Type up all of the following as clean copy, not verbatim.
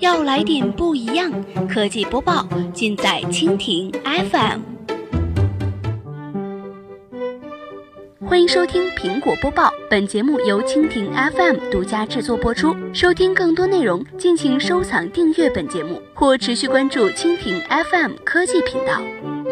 要来点不一样，科技播报尽在蜻蜓 FM。欢迎收听苹果播报，本节目由蜻蜓 FM 独家制作播出。收听更多内容，敬请收藏订阅本节目，或持续关注蜻蜓 FM 科技频道。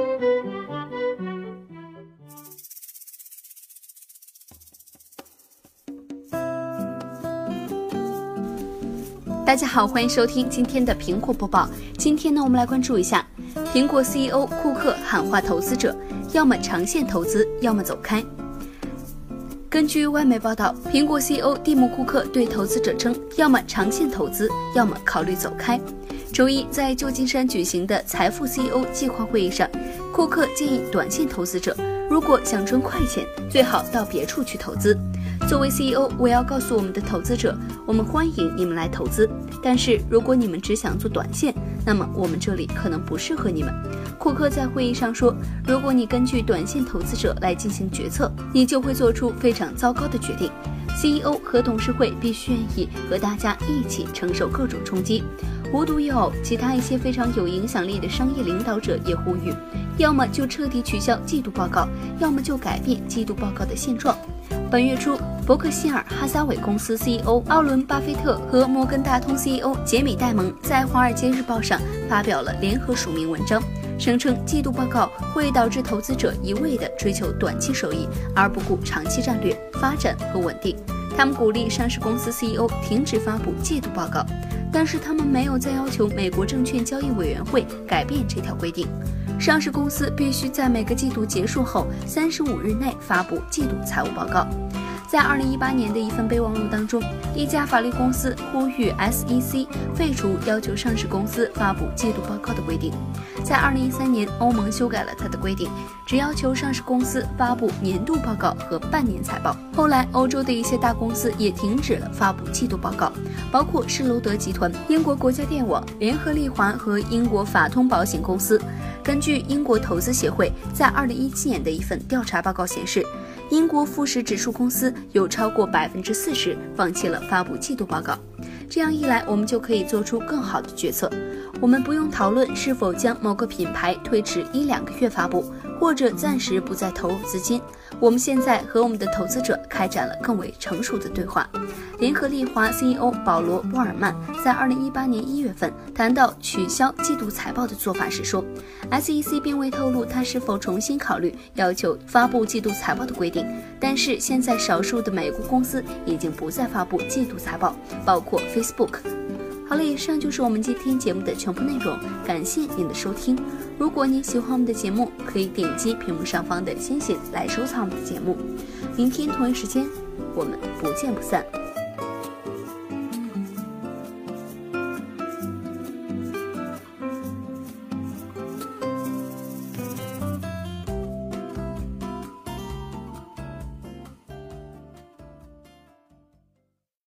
大家好，欢迎收听今天的苹果播报。今天呢，我们来关注一下苹果 CEO 库克喊话投资者，要么长线投资，要么走开。根据外媒报道，苹果 CEO 蒂姆·库克对投资者称，要么长线投资，要么考虑走开。周一在旧金山举行的财富 CEO 计划会议上，库克建议短线投资者，如果想赚快钱，最好到别处去投资。作为 CEO， 我要告诉我们的投资者，我们欢迎你们来投资，但是如果你们只想做短线，那么我们这里可能不适合你们。库克在会议上说，如果你根据短线投资者来进行决策，你就会做出非常糟糕的决定。CEO 和董事会必须愿意和大家一起承受各种冲击。无独有偶，其他一些非常有影响力的商业领导者也呼吁，要么就彻底取消季度报告，要么就改变季度报告的现状。本月初，伯克希尔哈撒韦公司 CEO 奥伦·巴菲特和摩根大通 CEO 杰米·戴蒙在《华尔街日报》上发表了联合署名文章，声称季度报告会导致投资者一味地追求短期收益，而不顾长期战略、发展和稳定。他们鼓励上市公司 CEO 停止发布季度报告，但是他们没有再要求美国证券交易委员会改变这条规定。上市公司必须在每个季度结束后35日内发布季度财务报告。在2018年的一份备忘录当中，一家法律公司呼吁 SEC 废除要求上市公司发布季度报告的规定。在2013年，欧盟修改了它的规定，只要求上市公司发布年度报告和半年财报。后来，欧洲的一些大公司也停止了发布季度报告，包括施罗德集团、英国国家电网、联合利华和英国法通保险公司。根据英国投资协会在2017年的一份调查报告显示，英国富时指数公司有超过40%放弃了发布季度报告。这样一来，我们就可以做出更好的决策。我们不用讨论是否将某个品牌推迟1-2个月发布，或者暂时不再投入资金。我们现在和我们的投资者开展了更为成熟的对话。联合利华 CEO 保罗·波尔曼在2018年1月份谈到取消季度财报的做法时说， SEC 并未透露他是否重新考虑要求发布季度财报的规定，但是现在少数的美国公司已经不再发布季度财报，包括 Facebook。好了，以上就是我们今天节目的全部内容，感谢您的收听。如果您喜欢我们的节目，可以点击屏幕上方的星星来收藏我们的节目。明天同一时间，我们不见不散。